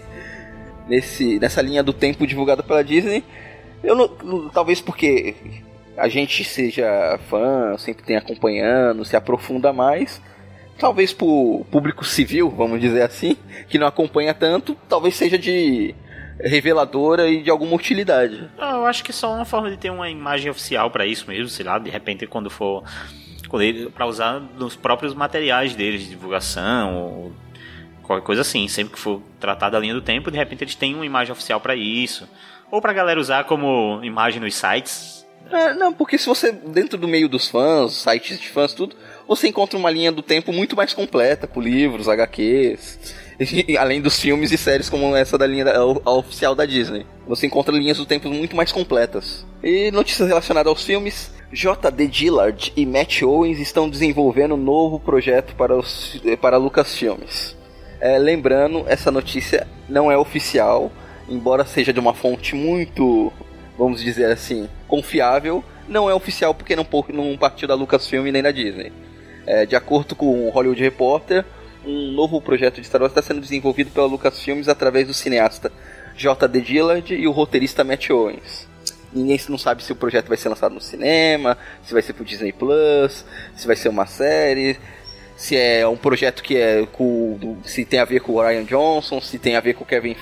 nesse, nessa linha do tempo divulgada pela Disney. Eu não, talvez porque a gente seja fã, sempre tem acompanhando, se aprofunda mais. Talvez pro público civil, vamos dizer assim, que não acompanha tanto, talvez seja de reveladora e de alguma utilidade. Eu acho que é só uma forma de ter uma imagem oficial pra isso mesmo, sei lá, de repente quando for quando ele, pra usar nos próprios materiais deles de divulgação ou qualquer coisa assim, sempre que for tratar da linha do tempo, de repente eles têm uma imagem oficial pra isso, ou pra galera usar como imagem nos sites. É, não, porque se você, dentro do meio dos fãs, sites de fãs, tudo, você encontra uma linha do tempo muito mais completa, por livros, agá quês, além dos filmes e séries como essa da linha da, a oficial da Disney. Você encontra linhas do tempo muito mais completas. E notícias relacionadas aos filmes: J D Dillard e Matt Owens estão desenvolvendo um novo projeto para, os, para Lucasfilmes. É, lembrando, essa notícia não é oficial, embora seja de uma fonte muito, vamos dizer assim, confiável. Não é oficial porque não, não partiu da Lucasfilm nem da Disney. É, de acordo com o Hollywood Reporter, um novo projeto de Star Wars está sendo desenvolvido pela Lucasfilmes através do cineasta J D Dillard e o roteirista Matt Owens. Ninguém não sabe se o projeto vai ser lançado no cinema, se vai ser pro Disney Plus, se vai ser uma série, se é um projeto que é com, se tem a ver com o Rian Johnson, se tem a ver com o Kevin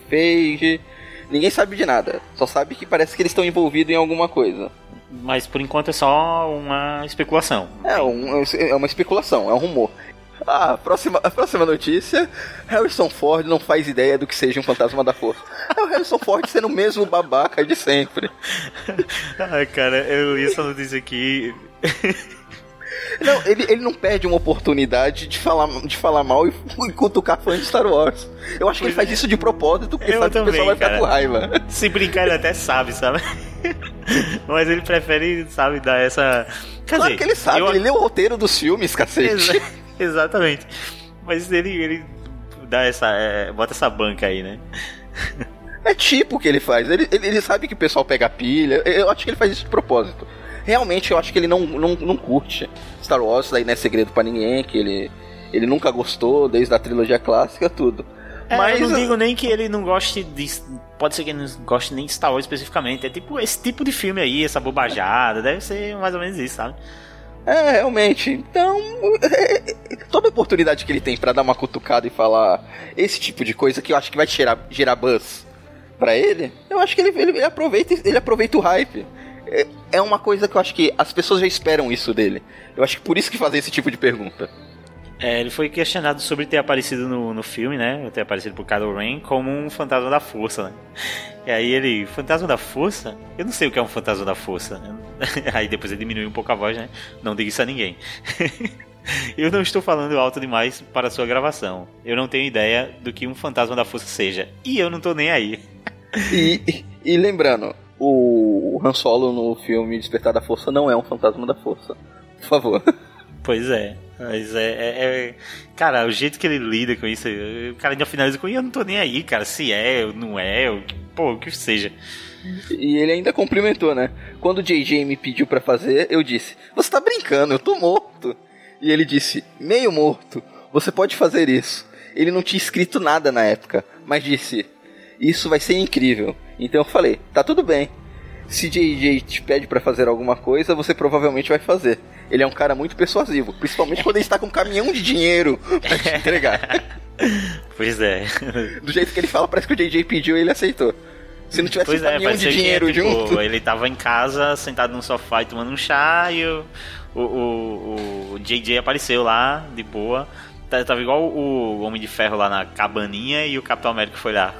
Feige. Ninguém sabe de nada, só sabe que parece que eles estão envolvidos em alguma coisa. Mas por enquanto é só uma especulação. É, um, é uma especulação, é um rumor. Ah, a próxima, a próxima notícia: Harrison Ford não faz ideia do que seja um fantasma da força. É o Harrison Ford sendo o mesmo babaca de sempre. Ah, cara, eu li essa notícia aqui. Não, ele, ele não perde uma oportunidade de falar, de falar mal e, e cutucar fã de Star Wars. Eu acho pois que ele faz é. isso de propósito, porque eu sabe também, que o pessoal vai cara. ficar com raiva. Se brincar, ele até sabe, sabe? Mas ele prefere, sabe, dar essa... Quer claro dizer, que ele sabe, eu... ele lê o roteiro dos filmes, cacete. Exa... Exatamente. Mas ele, ele dá essa, é, bota essa banca aí, né? É tipo o que ele faz. Ele, ele, ele sabe que o pessoal pega pilha. Eu acho que ele faz isso de propósito. Realmente, eu acho que ele não, não, não curte Star Wars. Isso daí não é segredo pra ninguém. Que ele, ele nunca gostou, desde a trilogia clássica, tudo. É, Mas eu não digo nem que ele não goste de... Pode ser que ele não goste nem de Star Wars especificamente. É tipo esse tipo de filme aí, essa bobajada. Deve ser mais ou menos isso, sabe? É, realmente. Então, é, é, toda oportunidade que ele tem pra dar uma cutucada e falar esse tipo de coisa que eu acho que vai gerar, gerar buzz pra ele, eu acho que ele, ele, ele, aproveita, ele aproveita o hype. É, é uma coisa que eu acho que as pessoas já esperam isso dele. Eu acho que por isso que fazem esse tipo de pergunta. É, ele foi questionado sobre ter aparecido no, no filme, né? Ter aparecido por Kylo Ren como um fantasma da força, né? E aí ele, fantasma da força? Eu não sei o que é um fantasma da força. Aí depois ele diminuiu um pouco a voz, né? Não diga isso a ninguém. Eu não estou falando alto demais para a sua gravação. Eu não tenho ideia do que um fantasma da força seja. E eu não tô nem aí. E, e lembrando, o Han Solo no filme Despertar da Força não é um fantasma da força. Por favor. Pois é. Mas é, é, é... Cara, o jeito que ele lida com isso, o cara ainda finaliza com, eu não tô nem aí, cara, se é ou não é, ou, pô, o que seja. E ele ainda cumprimentou, né? Quando o J J me pediu pra fazer, eu disse, você tá brincando, eu tô morto. E ele disse, meio morto, você pode fazer isso. Ele não tinha escrito nada na época, mas disse, isso vai ser incrível. Então eu falei, tá tudo bem. Se J J te pede pra fazer alguma coisa, você provavelmente vai fazer. Ele é um cara muito persuasivo, principalmente quando ele está com um caminhão de dinheiro pra te entregar. Pois é. Do jeito que ele fala, parece que o J J pediu e ele aceitou. Se não tivesse pois um caminhão é, de dinheiro que, tipo, junto... Ele tava em casa, sentado num sofá e tomando um chá, e o, o, o, o J J apareceu lá, de boa. Tava igual o Homem de Ferro lá na cabaninha, e o Capitão América foi lá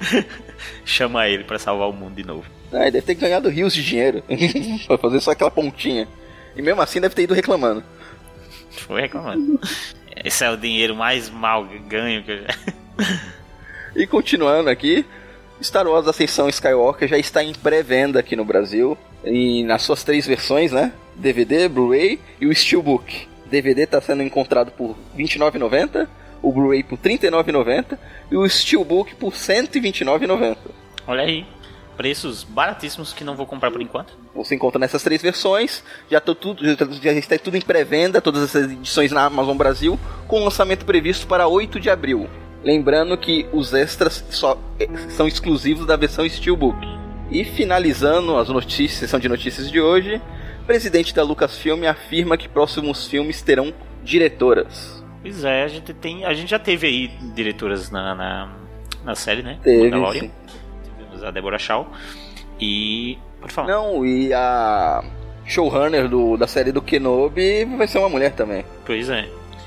chama ele pra salvar o mundo de novo. Ah, ele deve ter ganhado rios de dinheiro pra fazer só aquela pontinha. E mesmo assim deve ter ido reclamando. Foi reclamando. Esse é o dinheiro mais mal ganho que eu já... E continuando aqui, Star Wars Ascensão Skywalker já está em pré-venda aqui no Brasil. E nas suas três versões, né? D V D, Blu-ray e o Steelbook. D V D está sendo encontrado por vinte e nove reais e noventa centavos, o Blu-ray por trinta e nove reais e noventa centavos e o Steelbook por cento e vinte e nove reais e noventa centavos. Olha aí. Preços baratíssimos que não vou comprar por enquanto. Você encontra nessas três versões. Já, tô tudo, já, já está tudo em pré-venda, todas essas edições na Amazon Brasil, com lançamento previsto para oito de abril. Lembrando que os extras só são exclusivos da versão Steelbook. E finalizando as notícias, sessão de notícias de hoje, o presidente da Lucasfilm afirma que próximos filmes terão diretoras. Pois é, a gente, tem, a gente já teve aí diretoras na, na, na série, né? Teve, Mandalorian. sim. A Deborah Shaw e... Pode falar. Não, e a showrunner do, da série do Kenobi vai ser uma mulher também. Pois é.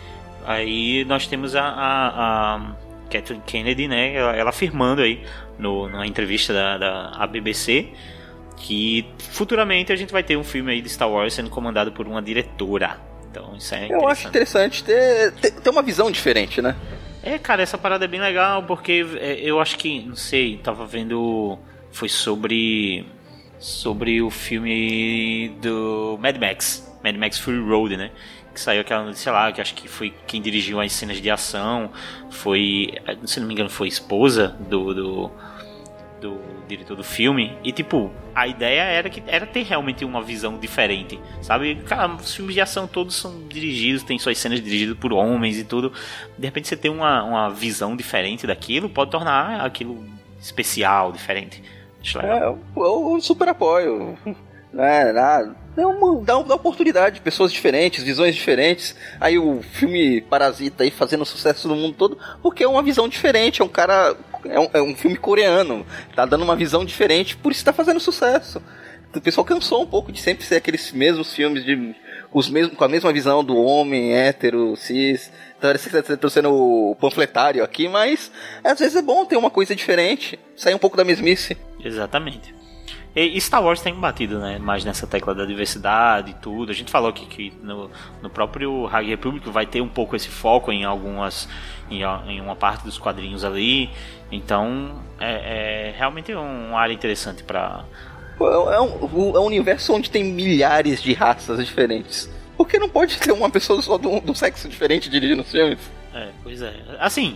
Aí nós temos a, a, a Kathleen Kennedy, né? Ela, ela afirmando aí no, na entrevista da, da a B B C que futuramente a gente vai ter um filme aí de Star Wars sendo comandado por uma diretora. Então isso é interessante. Eu acho interessante ter, ter, ter uma visão diferente, né? É, cara, essa parada é bem legal, porque eu acho que, não sei, tava vendo, foi sobre, sobre o filme do Mad Max, Mad Max Fury Road, né, que saiu aquela notícia lá, que acho que foi quem dirigiu as cenas de ação, foi, se não me engano, foi esposa do, do, do diretor do filme, e tipo, a ideia era que era ter realmente uma visão diferente, sabe? Cara, os filmes de ação todos são dirigidos, tem suas cenas dirigidas por homens e tudo. De repente você tem uma, uma visão diferente daquilo, pode tornar aquilo especial, diferente. Acho legal. É, eu, eu super apoio. É, dá, dá, uma, dá uma oportunidade, pessoas diferentes, visões diferentes. Aí o filme Parasita aí fazendo sucesso no mundo todo, porque é uma visão diferente, é um cara... É um, é um filme coreano, tá dando uma visão diferente, por isso tá fazendo sucesso. O pessoal cansou um pouco de sempre ser aqueles mesmos filmes de, os mesmos, com a mesma visão do homem, hétero, cis. Então eu tô sendo o panfletário aqui, mas às vezes é bom ter uma coisa diferente, sair um pouco da mesmice. Exatamente. E Star Wars tem batido, né, mais nessa tecla da diversidade e tudo. A gente falou aqui que no, no próprio High Republic vai ter um pouco esse foco em algumas, em, em uma parte dos quadrinhos ali. Então é, é realmente uma área interessante para... É um, é um universo onde tem milhares de raças diferentes. Por que não pode ter uma pessoa só do, do sexo diferente dirigindo os filmes? É, pois é. Assim,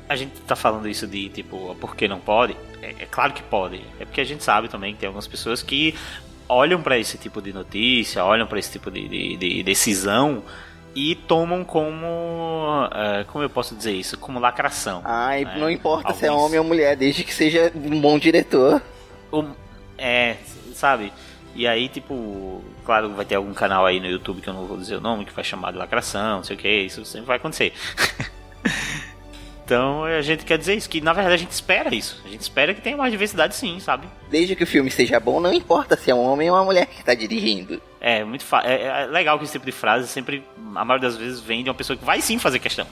a gente tá falando isso de, tipo, por que não pode? É, é claro que pode. É porque a gente sabe também que tem algumas pessoas que olham pra esse tipo de notícia, olham pra esse tipo de, de, de decisão e tomam como... Uh, como eu posso dizer isso? Como lacração. Ah, e né? não importa Alguns... se é homem ou mulher, desde que seja um bom diretor. O, é, sabe? E aí, tipo, claro, vai ter algum canal aí no YouTube que eu não vou dizer o nome, que vai chamar de lacração, não sei o que, isso sempre vai acontecer. Então a gente quer dizer isso, que na verdade a gente espera isso. A gente espera que tenha mais diversidade sim, sabe? Desde que o filme seja bom, não importa se é um homem ou uma mulher que tá dirigindo. É, muito fa- é, é legal que esse tipo de frase sempre, a maioria das vezes, vem de uma pessoa que vai sim fazer questão.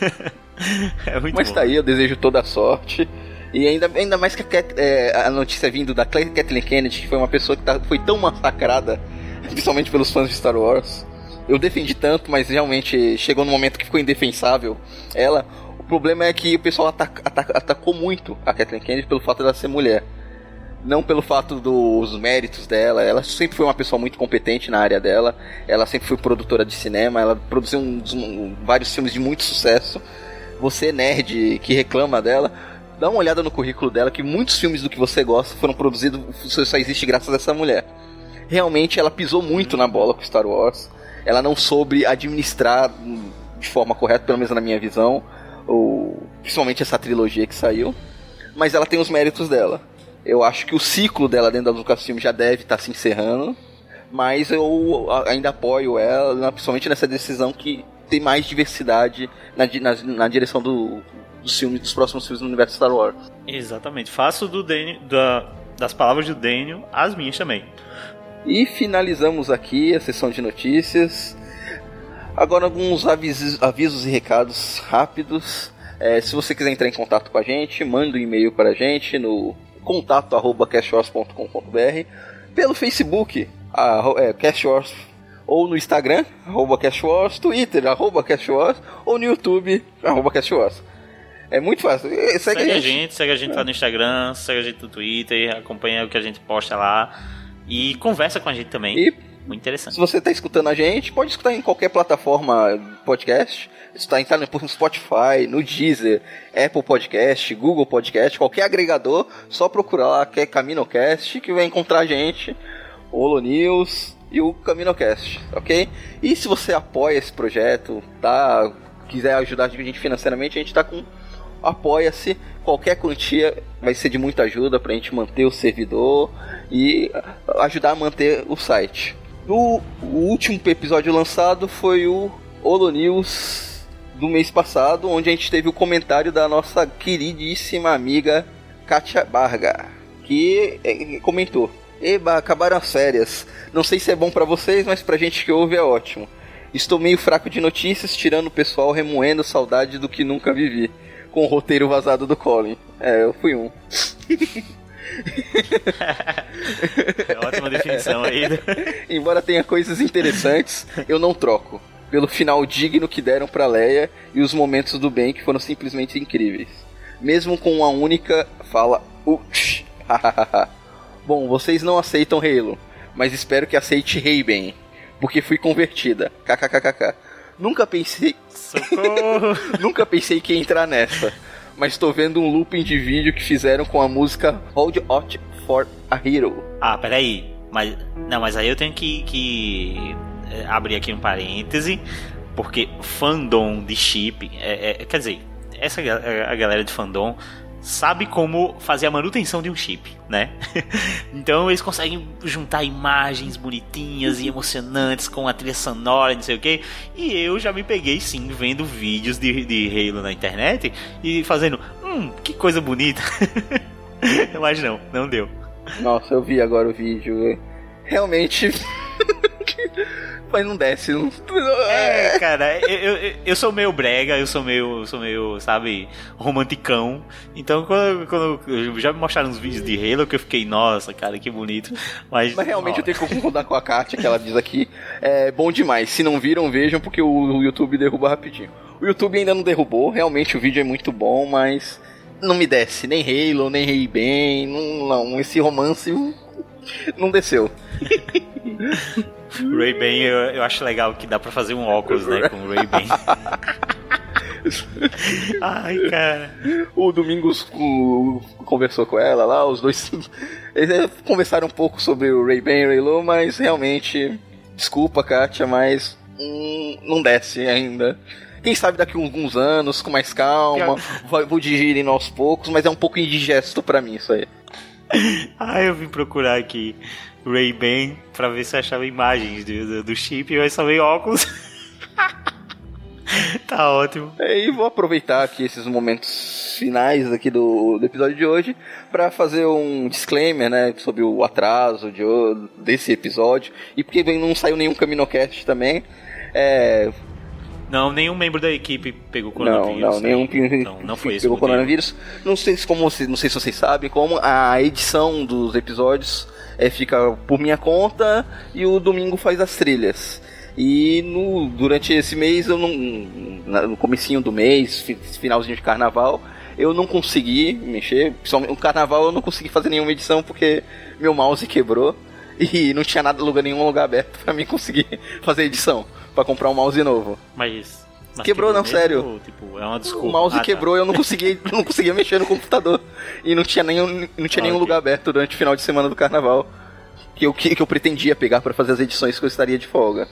É muito Mas bom. tá aí, eu desejo toda a sorte. E ainda, ainda mais que a, Cat, é, a notícia vindo da Kathleen Kennedy, que foi uma pessoa que tá, foi tão massacrada, principalmente pelos fãs de Star Wars. Eu defendi tanto, mas realmente chegou num momento que ficou indefensável ela. O problema é que o pessoal ataca, ataca, atacou muito a Kathleen Kennedy pelo fato dela ser mulher. Não pelo fato dos méritos dela. Ela sempre foi uma pessoa muito competente na área dela. Ela sempre foi produtora de cinema. Ela produziu um, um, vários filmes de muito sucesso. Você, nerd, que reclama dela, dá uma olhada no currículo dela, que muitos filmes do que você gosta foram produzidos, só existe graças a essa mulher. Realmente ela pisou muito na bola com Star Wars. Ela não soube administrar de forma correta, pelo menos na minha visão, ou, principalmente essa trilogia que saiu. Mas ela tem os méritos dela. Eu acho que o ciclo dela dentro da Lucasfilm já deve estar se encerrando, mas eu ainda apoio ela, principalmente nessa decisão que tem mais diversidade na, na, na direção do, dos, filmes, dos próximos filmes do universo Star Wars. Exatamente. Faço do Daniel, da, das palavras do Daniel as minhas também. E finalizamos aqui a sessão de notícias. Agora alguns avisos, avisos e recados rápidos. É, se você quiser entrar em contato com a gente, manda um e-mail para a gente no contato arroba cashwars ponto com ponto b r, pelo Facebook, a, é, Cashwars, ou no Instagram, arroba Cashwars, Twitter, arroba Cashwars, ou no YouTube, arroba Cashwars. É muito fácil. Segue, segue a gente. a gente, segue a gente lá no Instagram, segue a gente no Twitter, acompanha o que a gente posta lá e conversa com a gente também. E muito interessante. se você está escutando a gente, pode escutar em qualquer plataforma podcast. Está entrando no Spotify, no Deezer, Apple Podcast, Google Podcast, qualquer agregador, só procurar lá que é CaminoCast, que vai encontrar a gente, o Holo News e o CaminoCast, ok? E se você apoia esse projeto, tá, quiser ajudar a gente financeiramente, a gente está com Apoia-se, qualquer quantia vai ser de muita ajuda para a gente manter o servidor e ajudar a manter o site. O, o último episódio lançado foi o Holo News do mês passado, onde a gente teve o comentário da nossa queridíssima amiga Kátia Barga, que é, comentou: Eba, acabaram as férias. Não sei se é bom pra vocês, mas pra gente que ouve é ótimo. Estou meio fraco de notícias, tirando o pessoal remoendo saudade do que nunca vivi, com o roteiro vazado do Colin. É, eu fui um. É ótima definição aí. Embora tenha coisas interessantes, eu não troco pelo final digno que deram pra Leia e os momentos do bem que foram simplesmente incríveis. Mesmo com uma única fala Uch. Bom, vocês não aceitam Halo, mas espero que aceite Ray-Ban, porque fui convertida. Kkkk. Nunca pensei... Socorro! Nunca pensei que ia entrar nessa, mas tô vendo um looping de vídeo que fizeram com a música Hold Out for a Hero. Ah, peraí. Mas, não, mas aí eu tenho que... que... abrir aqui um parêntese, porque fandom de chip é, é, quer dizer, essa a galera de fandom sabe como fazer a manutenção de um chip, né? Então eles conseguem juntar imagens bonitinhas e emocionantes com a trilha sonora, não sei o que. E eu já me peguei sim vendo vídeos de, de Halo na internet e fazendo, hum, que coisa bonita. Mas não, não deu. Nossa, eu vi agora o vídeo. Realmente mas não desce. Não... É, cara, eu, eu, eu sou meio brega, eu sou meio, sou meio, sabe, romanticão. Então, quando, quando já me mostraram uns vídeos de Halo, que eu fiquei, nossa, cara, que bonito. Mas, mas realmente ó, eu tenho que concordar com a Kátia, que ela diz aqui, é bom demais. Se não viram, vejam, porque o, o YouTube derruba rapidinho. O YouTube ainda não derrubou, realmente o vídeo é muito bom, mas não me desce. Nem Halo, nem Ray-Ban, não, não, esse romance não desceu. Ray-Ban, eu, eu acho legal que dá pra fazer um óculos, né, com o Ray-Ban. Ai, cara. O Domingos o, conversou com ela lá, os dois eles conversaram um pouco sobre o Ray-Ban e o Raylo, mas realmente, desculpa, Kátia, mas hum, não desce ainda. Quem sabe daqui a alguns anos, com mais calma, vou, vou digerindo aos poucos, mas é um pouco indigesto pra mim isso aí. Ah, eu vim procurar aqui Ray-Ban pra ver se eu achava imagens do, do, do chip, mas só veio óculos. Tá ótimo. E vou aproveitar aqui esses momentos finais aqui do, do episódio de hoje pra fazer um disclaimer, né, sobre o atraso de, desse episódio, e porque não saiu nenhum Caminocast também. É... Não, nenhum membro da equipe pegou coronavírus. Não, não, nenhum não, não foi esse pegou motivo. coronavírus. Não sei, se, como, não sei se vocês sabem, como a edição dos episódios é, fica por minha conta e o Domingo faz as trilhas. E no, durante esse mês, eu não, no comecinho do mês, finalzinho de carnaval, eu não consegui mexer. Principalmente no carnaval eu não consegui fazer nenhuma edição porque meu mouse quebrou e não tinha nada, lugar, nenhum lugar aberto pra mim conseguir fazer edição, pra comprar um mouse novo. Mas... Mas quebrou, não, mesmo, sério. Ou, tipo, é uma desculpa. O mouse ah, quebrou e tá. eu não conseguia, não conseguia mexer no computador. E não tinha nenhum, não tinha ah, nenhum okay. lugar aberto durante o final de semana do carnaval que eu, que, que eu pretendia pegar pra fazer as edições que eu estaria de folga.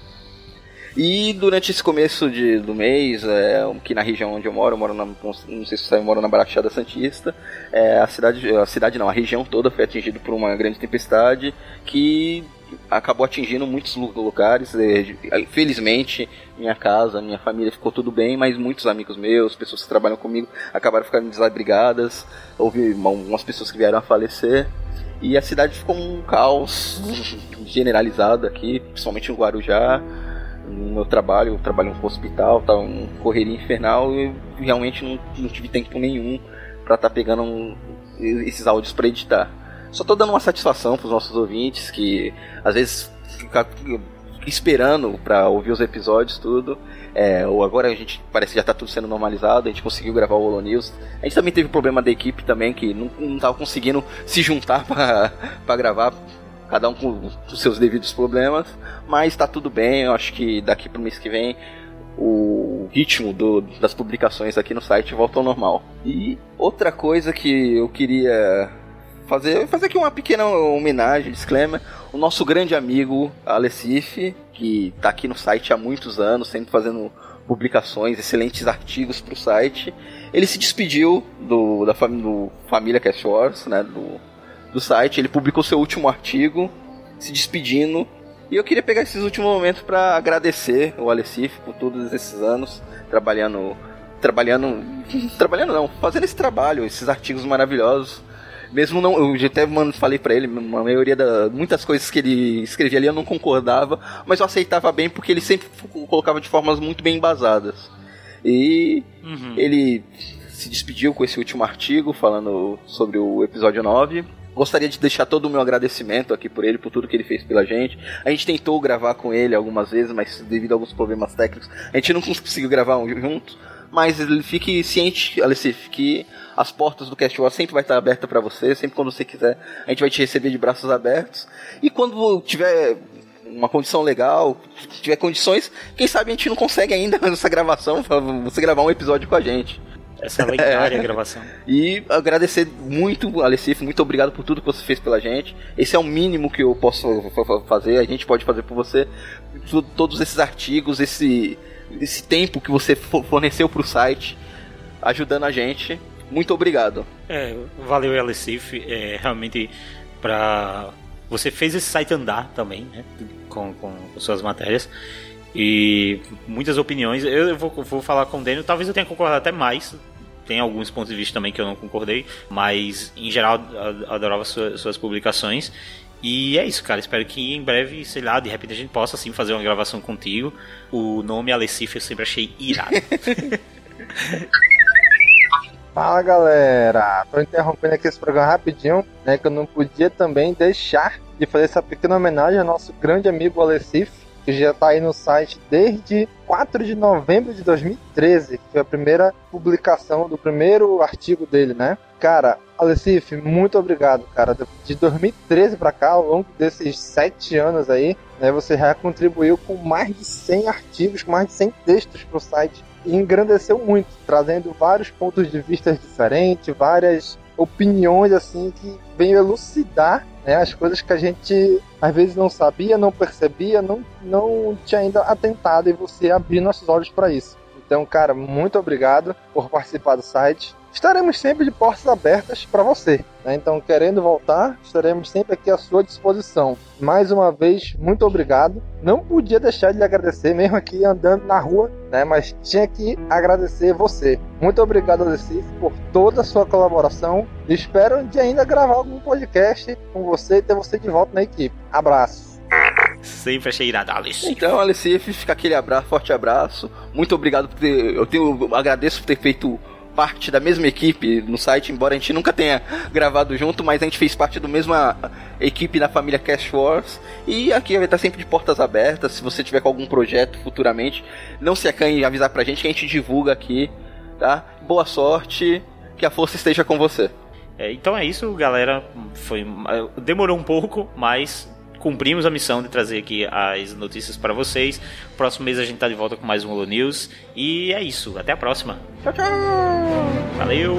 E durante esse começo de, do mês, é, aqui na região onde eu moro, eu moro na, não sei se você sabe, eu moro na Baixada Santista, é, a cidade, a cidade não, a região toda foi atingida por uma grande tempestade que acabou atingindo muitos lugares. Felizmente, minha casa, minha família ficou tudo bem, mas muitos amigos meus, pessoas que trabalham comigo, acabaram ficando desabrigadas. Houve algumas pessoas que vieram a falecer. E a cidade ficou um caos generalizado aqui, principalmente no Guarujá. No meu trabalho, eu trabalho no hospital, tá um correria infernal e eu realmente não, não tive tempo nenhum pra estar tá pegando um, esses áudios pra editar. Só tô dando uma satisfação pros nossos ouvintes que às vezes fica esperando pra ouvir os episódios, tudo. É, ou agora a gente parece que já tá tudo sendo normalizado, a gente conseguiu gravar o Holo News. A gente também teve problema da equipe também, que não, não tava conseguindo se juntar pra, pra gravar. Cada um com os seus devidos problemas, mas tá tudo bem. Eu acho que daqui pro mês que vem o ritmo do, das publicações aqui no site volta ao normal. E outra coisa que eu queria fazer, fazer aqui uma pequena homenagem, disclaimer, o nosso grande amigo Alessif, que tá aqui no site há muitos anos, sempre fazendo publicações, excelentes artigos pro site. Ele se despediu do, da fam- do Família Cast Wars, né, do do site, ele publicou seu último artigo, se despedindo, e eu queria pegar esses últimos momentos para agradecer o Alessif por todos esses anos, trabalhando, trabalhando, trabalhando não, fazendo esse trabalho, esses artigos maravilhosos, mesmo não, eu já até mano, falei para ele, a maioria da, muitas coisas que ele escrevia ali eu não concordava, mas eu aceitava bem porque ele sempre colocava de formas muito bem embasadas, e uhum. ele se despediu com esse último artigo, falando sobre o episódio nove. Gostaria de deixar todo o meu agradecimento aqui por ele, por tudo que ele fez pela gente. A gente tentou gravar com ele algumas vezes, mas devido a alguns problemas técnicos, a gente não conseguiu gravar um junto. Mas ele fique ciente, Alessif, que as portas do Cast Wars sempre vai estar abertas para você. Sempre quando você quiser, a gente vai te receber de braços abertos. E quando tiver uma condição legal, tiver condições, quem sabe a gente não consegue ainda nessa gravação, você gravar um episódio com a gente. Essa lendária é. gravação. E agradecer muito, Alessif, muito obrigado por tudo que você fez pela gente. Esse é o mínimo que eu posso fazer, a gente pode fazer por você. Todos esses artigos, esse, esse tempo que você forneceu pro site, ajudando a gente. Muito obrigado. É, valeu, Alessif. É, realmente, pra... você fez esse site andar também, né? Com, com suas matérias. E muitas opiniões. Eu vou, vou falar com o Daniel. Talvez eu tenha concordado até mais. Tem alguns pontos de vista também que eu não concordei. Mas, em geral, adorava suas, suas publicações. E é isso, cara. Espero que em breve, sei lá, de repente a gente possa sim fazer uma gravação contigo. O nome Alessif eu sempre achei irado. Fala, galera. Tô interrompendo aqui esse programa rapidinho, né? Que eu não podia também deixar de fazer essa pequena homenagem ao nosso grande amigo Alessif, que já está aí no site desde quatro de novembro de dois mil e treze, que foi a primeira publicação do primeiro artigo dele, né? Cara, Alessif, muito obrigado, cara. De dois mil e treze para cá, ao longo desses sete anos aí, né, você já contribuiu com mais de cem artigos, com mais de cem textos pro site. engrandeceu muito, trazendo vários pontos de vista diferentes, várias opiniões assim que vêm elucidar, né, as coisas que a gente às vezes não sabia, não percebia, não, não tinha ainda atentado, e você abrir nossos olhos para isso. Então, cara, muito obrigado por participar do site. Estaremos sempre de portas abertas para você, né? Então, querendo voltar, estaremos sempre aqui à sua disposição. Mais uma vez, muito obrigado. Não podia deixar de lhe agradecer, mesmo aqui andando na rua, né? Mas tinha que agradecer você. Muito obrigado, Alessif, por toda a sua colaboração. Espero de ainda gravar algum podcast com você e ter você de volta na equipe. Abraço. Sempre achei irado, Alessif. Então, Alessif, fica aquele abraço, forte abraço. Muito obrigado por ter. Eu tenho, agradeço por ter feito parte da mesma equipe no site, embora a gente nunca tenha gravado junto, mas a gente fez parte da mesma equipe na família Cast Wars, e aqui vai estar sempre de portas abertas. Se você tiver com algum projeto futuramente, não se acanhe em avisar pra gente que a gente divulga aqui, tá? Boa sorte, que a força esteja com você. É, então é isso, galera. Foi, demorou um pouco, mas cumprimos a missão de trazer aqui as notícias para vocês. Próximo mês a gente tá de volta com mais um Holo News. E é isso, até a próxima. Tchau, tchau. Valeu!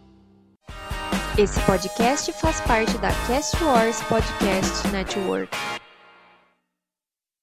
Esse podcast faz parte da Cast Wars Podcast Network.